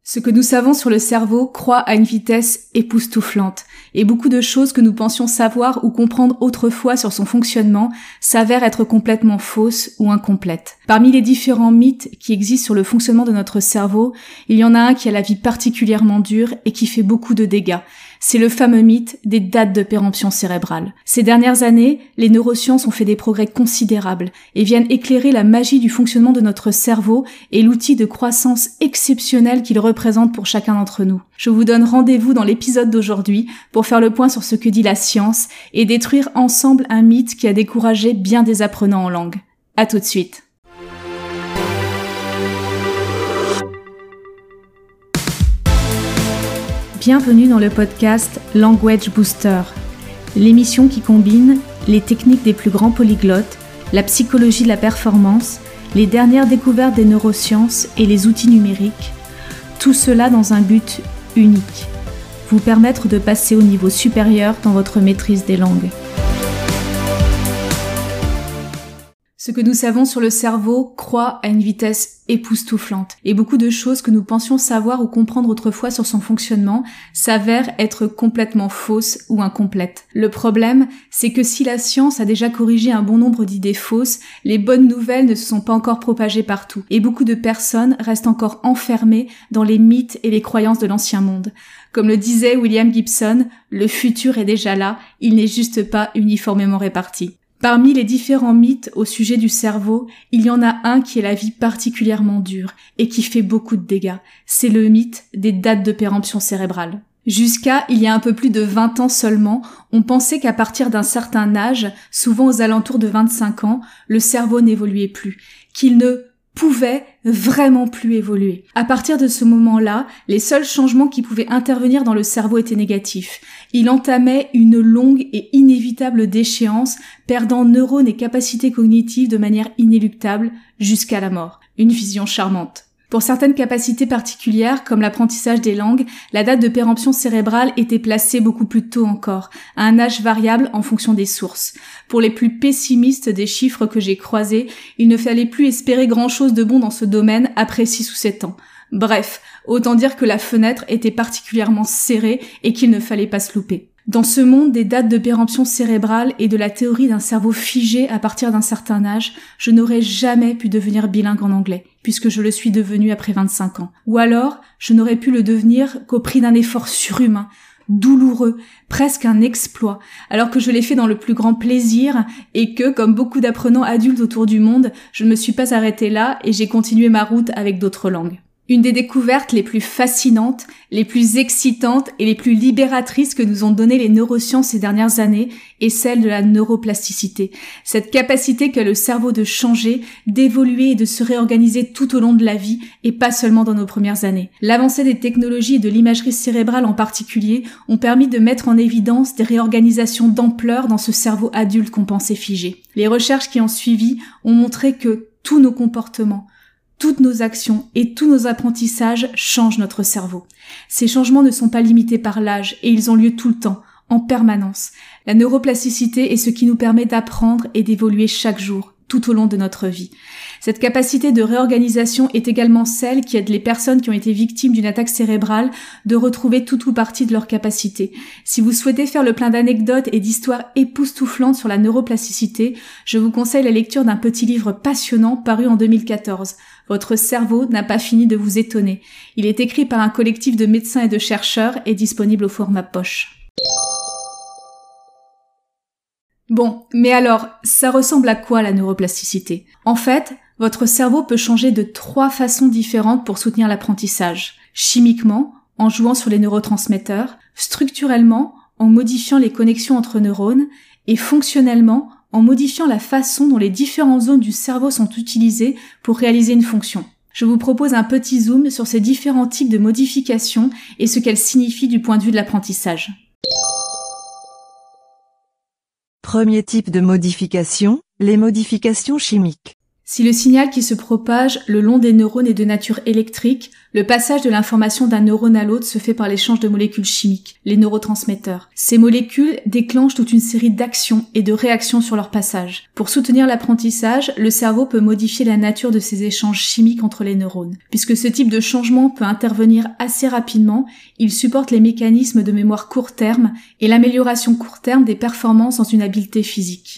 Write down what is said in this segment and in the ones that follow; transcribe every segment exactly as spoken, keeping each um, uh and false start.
Ce que nous savons sur le cerveau croît à une vitesse époustouflante, et beaucoup de choses que nous pensions savoir ou comprendre autrefois sur son fonctionnement s'avèrent être complètement fausses ou incomplètes. Parmi les différents mythes qui existent sur le fonctionnement de notre cerveau, il y en a un qui a la vie particulièrement dure et qui fait beaucoup de dégâts. C'est le fameux mythe des dates de péremption cérébrale. Ces dernières années, les neurosciences ont fait des progrès considérables et viennent éclairer la magie du fonctionnement de notre cerveau et l'outil de croissance exceptionnel qu'il représente pour chacun d'entre nous. Je vous donne rendez-vous dans l'épisode d'aujourd'hui pour faire le point sur ce que dit la science et détruire ensemble un mythe qui a découragé bien des apprenants en langue. À tout de suite. Bienvenue dans le podcast Language Booster, l'émission qui combine les techniques des plus grands polyglottes, la psychologie de la performance, les dernières découvertes des neurosciences et les outils numériques, tout cela dans un but unique, vous permettre de passer au niveau supérieur dans votre maîtrise des langues. Ce que nous savons sur le cerveau croît à une vitesse époustouflante, et beaucoup de choses que nous pensions savoir ou comprendre autrefois sur son fonctionnement s'avèrent être complètement fausses ou incomplètes. Le problème, c'est que si la science a déjà corrigé un bon nombre d'idées fausses, les bonnes nouvelles ne se sont pas encore propagées partout, et beaucoup de personnes restent encore enfermées dans les mythes et les croyances de l'ancien monde. Comme le disait William Gibson, le futur est déjà là, il n'est juste pas uniformément réparti. Parmi les différents mythes au sujet du cerveau, il y en a un qui est la vie particulièrement dure et qui fait beaucoup de dégâts. C'est le mythe des dates de péremption cérébrale. Jusqu'à il y a un peu plus de vingt ans seulement, on pensait qu'à partir d'un certain âge, souvent aux alentours de vingt-cinq ans, le cerveau n'évoluait plus, qu'il ne pouvait vraiment plus évoluer. À partir de ce moment-là, les seuls changements qui pouvaient intervenir dans le cerveau étaient négatifs. Il entamait une longue et inévitable déchéance, perdant neurones et capacités cognitives de manière inéluctable jusqu'à la mort. Une vision charmante. Pour certaines capacités particulières, comme l'apprentissage des langues, la date de péremption cérébrale était placée beaucoup plus tôt encore, à un âge variable en fonction des sources. Pour les plus pessimistes des chiffres que j'ai croisés, il ne fallait plus espérer grand-chose de bon dans ce domaine après six ou sept ans. Bref, autant dire que la fenêtre était particulièrement serrée et qu'il ne fallait pas se louper. Dans ce monde des dates de péremption cérébrale et de la théorie d'un cerveau figé à partir d'un certain âge, je n'aurais jamais pu devenir bilingue en anglais, puisque je le suis devenu après vingt-cinq ans. Ou alors, je n'aurais pu le devenir qu'au prix d'un effort surhumain, douloureux, presque un exploit, alors que je l'ai fait dans le plus grand plaisir et que, comme beaucoup d'apprenants adultes autour du monde, je ne me suis pas arrêtée là et j'ai continué ma route avec d'autres langues. Une des découvertes les plus fascinantes, les plus excitantes et les plus libératrices que nous ont donné les neurosciences ces dernières années est celle de la neuroplasticité. Cette capacité qu'a le cerveau de changer, d'évoluer et de se réorganiser tout au long de la vie et pas seulement dans nos premières années. L'avancée des technologies et de l'imagerie cérébrale en particulier ont permis de mettre en évidence des réorganisations d'ampleur dans ce cerveau adulte qu'on pensait figé. Les recherches qui ont suivi ont montré que tous nos comportements, toutes nos actions et tous nos apprentissages changent notre cerveau. Ces changements ne sont pas limités par l'âge et ils ont lieu tout le temps, en permanence. La neuroplasticité est ce qui nous permet d'apprendre et d'évoluer chaque jour, tout au long de notre vie. Cette capacité de réorganisation est également celle qui aide les personnes qui ont été victimes d'une attaque cérébrale de retrouver tout ou partie de leur capacité. Si vous souhaitez faire le plein d'anecdotes et d'histoires époustouflantes sur la neuroplasticité, je vous conseille la lecture d'un petit livre passionnant paru en deux mille quatorze. Votre cerveau n'a pas fini de vous étonner. Il est écrit par un collectif de médecins et de chercheurs et disponible au format poche. Bon, mais alors, ça ressemble à quoi la neuroplasticité ? En fait, votre cerveau peut changer de trois façons différentes pour soutenir l'apprentissage. Chimiquement, en jouant sur les neurotransmetteurs, structurellement, en modifiant les connexions entre neurones, et fonctionnellement, en modifiant la façon dont les différentes zones du cerveau sont utilisées pour réaliser une fonction. Je vous propose un petit zoom sur ces différents types de modifications et ce qu'elles signifient du point de vue de l'apprentissage. Premier type de modification, les modifications chimiques. Si le signal qui se propage le long des neurones est de nature électrique, le passage de l'information d'un neurone à l'autre se fait par l'échange de molécules chimiques, les neurotransmetteurs. Ces molécules déclenchent toute une série d'actions et de réactions sur leur passage. Pour soutenir l'apprentissage, le cerveau peut modifier la nature de ces échanges chimiques entre les neurones. Puisque ce type de changement peut intervenir assez rapidement, il supporte les mécanismes de mémoire court terme et l'amélioration court terme des performances dans une habileté physique.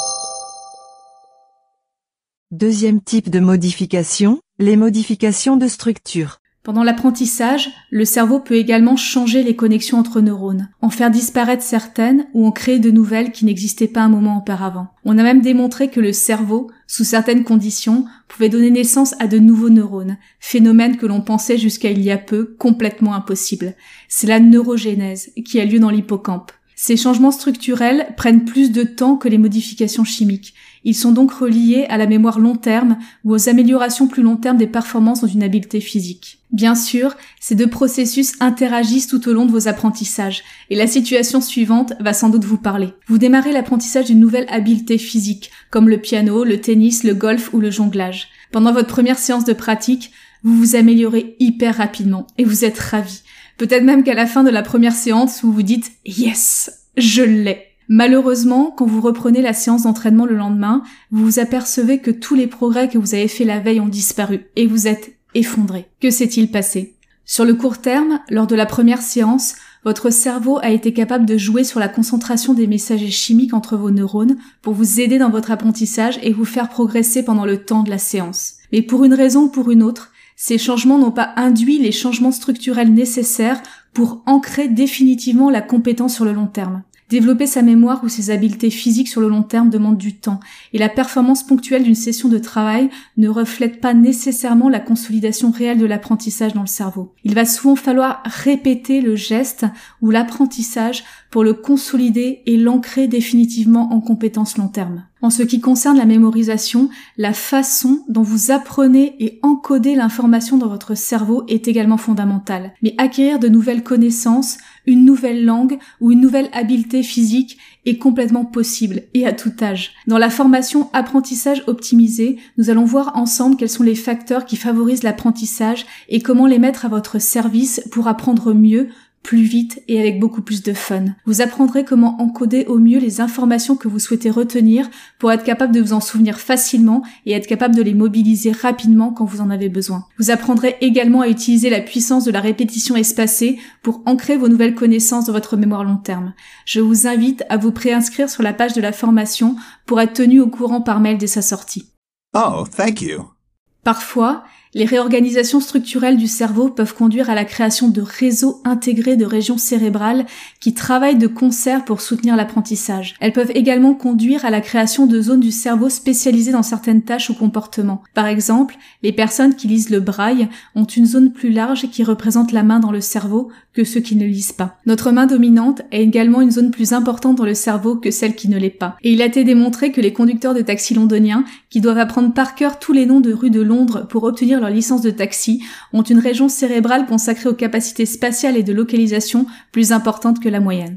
Deuxième type de modification, les modifications de structure. Pendant l'apprentissage, le cerveau peut également changer les connexions entre neurones, en faire disparaître certaines ou en créer de nouvelles qui n'existaient pas un moment auparavant. On a même démontré que le cerveau, sous certaines conditions, pouvait donner naissance à de nouveaux neurones, phénomène que l'on pensait jusqu'à il y a peu complètement impossible. C'est la neurogénèse qui a lieu dans l'hippocampe. Ces changements structurels prennent plus de temps que les modifications chimiques. Ils sont donc reliés à la mémoire long terme ou aux améliorations plus long terme des performances dans une habileté physique. Bien sûr, ces deux processus interagissent tout au long de vos apprentissages, et la situation suivante va sans doute vous parler. Vous démarrez l'apprentissage d'une nouvelle habileté physique, comme le piano, le tennis, le golf ou le jonglage. Pendant votre première séance de pratique, vous vous améliorez hyper rapidement, et vous êtes ravi. Peut-être même qu'à la fin de la première séance, vous vous dites « Yes, je l'ai !» Malheureusement, quand vous reprenez la séance d'entraînement le lendemain, vous vous apercevez que tous les progrès que vous avez faits la veille ont disparu et vous êtes effondré. Que s'est-il passé? Sur le court terme, lors de la première séance, votre cerveau a été capable de jouer sur la concentration des messagers chimiques entre vos neurones pour vous aider dans votre apprentissage et vous faire progresser pendant le temps de la séance. Mais pour une raison ou pour une autre, ces changements n'ont pas induit les changements structurels nécessaires pour ancrer définitivement la compétence sur le long terme. Développer sa mémoire ou ses habiletés physiques sur le long terme demande du temps, et la performance ponctuelle d'une session de travail ne reflète pas nécessairement la consolidation réelle de l'apprentissage dans le cerveau. Il va souvent falloir répéter le geste ou l'apprentissage pour le consolider et l'ancrer définitivement en compétence long terme. En ce qui concerne la mémorisation, la façon dont vous apprenez et encodez l'information dans votre cerveau est également fondamentale. Mais acquérir de nouvelles connaissances, une nouvelle langue ou une nouvelle habileté physique est complètement possible et à tout âge. Dans la formation apprentissage optimisé, nous allons voir ensemble quels sont les facteurs qui favorisent l'apprentissage et comment les mettre à votre service pour apprendre mieux, plus vite et avec beaucoup plus de fun. Vous apprendrez comment encoder au mieux les informations que vous souhaitez retenir pour être capable de vous en souvenir facilement et être capable de les mobiliser rapidement quand vous en avez besoin. Vous apprendrez également à utiliser la puissance de la répétition espacée pour ancrer vos nouvelles connaissances dans votre mémoire long terme. Je vous invite à vous préinscrire sur la page de la formation pour être tenu au courant par mail dès sa sortie. Oh, thank you. Parfois, les réorganisations structurelles du cerveau peuvent conduire à la création de réseaux intégrés de régions cérébrales qui travaillent de concert pour soutenir l'apprentissage. Elles peuvent également conduire à la création de zones du cerveau spécialisées dans certaines tâches ou comportements. Par exemple, les personnes qui lisent le braille ont une zone plus large qui représente la main dans le cerveau que ceux qui ne lisent pas. Notre main dominante a également une zone plus importante dans le cerveau que celle qui ne l'est pas. Et il a été démontré que les conducteurs de taxi londoniens, qui doivent apprendre par cœur tous les noms de rues de Londres pour obtenir leur licence de taxi, ont une région cérébrale consacrée aux capacités spatiales et de localisation plus importante que la moyenne.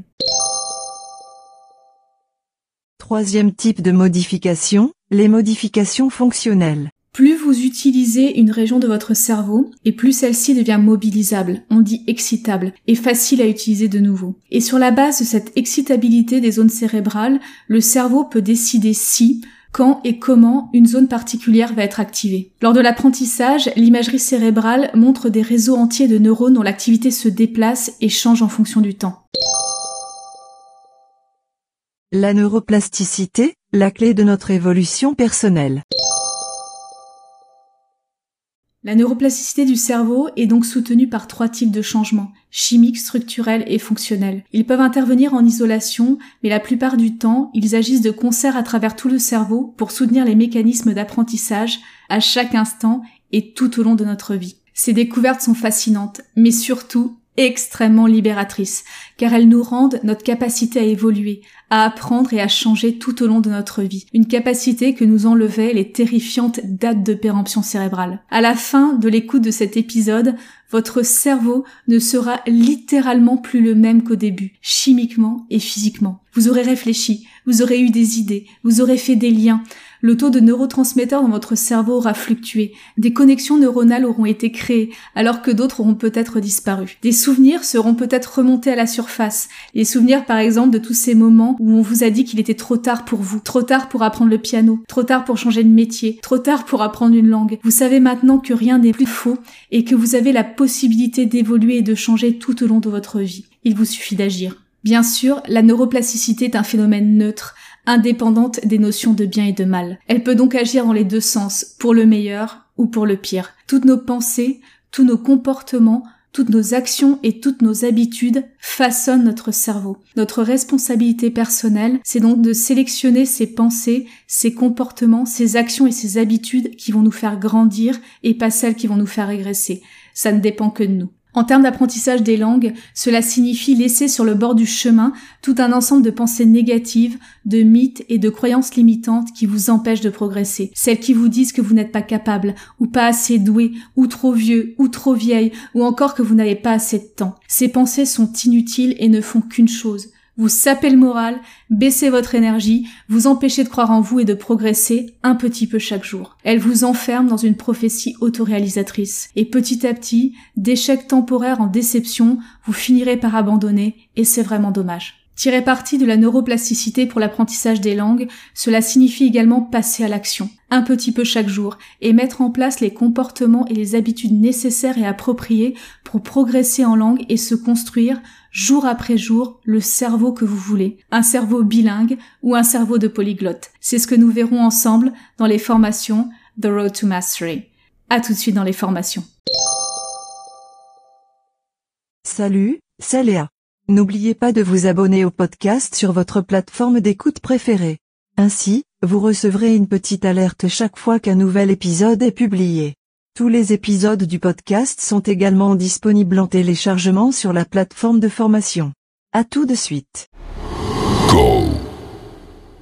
Troisième type de modification, les modifications fonctionnelles. Plus vous utilisez une région de votre cerveau, et plus celle-ci devient mobilisable, on dit excitable, et facile à utiliser de nouveau. Et sur la base de cette excitabilité des zones cérébrales, le cerveau peut décider si, quand et comment une zone particulière va être activée. Lors de l'apprentissage, l'imagerie cérébrale montre des réseaux entiers de neurones dont l'activité se déplace et change en fonction du temps. La neuroplasticité, la clé de notre évolution personnelle. La neuroplasticité du cerveau est donc soutenue par trois types de changements, chimiques, structurels et fonctionnels. Ils peuvent intervenir en isolation, mais la plupart du temps, ils agissent de concert à travers tout le cerveau pour soutenir les mécanismes d'apprentissage à chaque instant et tout au long de notre vie. Ces découvertes sont fascinantes, mais surtout extrêmement libératrices, car elles nous rendent notre capacité à évoluer, à apprendre et à changer tout au long de notre vie. Une capacité que nous enlevaient les terrifiantes dates de péremption cérébrale. À la fin de l'écoute de cet épisode, votre cerveau ne sera littéralement plus le même qu'au début, chimiquement et physiquement. Vous aurez réfléchi, vous aurez eu des idées, vous aurez fait des liens. Le taux de neurotransmetteurs dans votre cerveau aura fluctué. Des connexions neuronales auront été créées, alors que d'autres auront peut-être disparu. Des souvenirs seront peut-être remontés à la surface. Les souvenirs, par exemple, de tous ces moments où on vous a dit qu'il était trop tard pour vous, trop tard pour apprendre le piano, trop tard pour changer de métier, trop tard pour apprendre une langue. Vous savez maintenant que rien n'est plus faux et que vous avez la possibilité d'évoluer et de changer tout au long de votre vie. Il vous suffit d'agir. Bien sûr, la neuroplasticité est un phénomène neutre, indépendante des notions de bien et de mal. Elle peut donc agir dans les deux sens, pour le meilleur ou pour le pire. Toutes nos pensées, tous nos comportements, toutes nos actions et toutes nos habitudes façonnent notre cerveau. Notre responsabilité personnelle, c'est donc de sélectionner ces pensées, ces comportements, ces actions et ces habitudes qui vont nous faire grandir et pas celles qui vont nous faire régresser. Ça ne dépend que de nous. En termes d'apprentissage des langues, cela signifie laisser sur le bord du chemin tout un ensemble de pensées négatives, de mythes et de croyances limitantes qui vous empêchent de progresser. Celles qui vous disent que vous n'êtes pas capable, ou pas assez doué, ou trop vieux, ou trop vieille, ou encore que vous n'avez pas assez de temps. Ces pensées sont inutiles et ne font qu'une chose: vous sapez le moral, baissez votre énergie, vous empêchez de croire en vous et de progresser un petit peu chaque jour. Elle vous enferme dans une prophétie autoréalisatrice. Et petit à petit, d'échec temporaire en déception, vous finirez par abandonner et c'est vraiment dommage. Tirer parti de la neuroplasticité pour l'apprentissage des langues, cela signifie également passer à l'action, un petit peu chaque jour, et mettre en place les comportements et les habitudes nécessaires et appropriées pour progresser en langue et se construire, jour après jour, le cerveau que vous voulez. Un cerveau bilingue ou un cerveau de polyglotte. C'est ce que nous verrons ensemble dans les formations The Road to Mastery. À tout de suite dans les formations. Salut, c'est Léa. N'oubliez pas de vous abonner au podcast sur votre plateforme d'écoute préférée. Ainsi, vous recevrez une petite alerte chaque fois qu'un nouvel épisode est publié. Tous les épisodes du podcast sont également disponibles en téléchargement sur la plateforme de formation. À tout de suite. Go!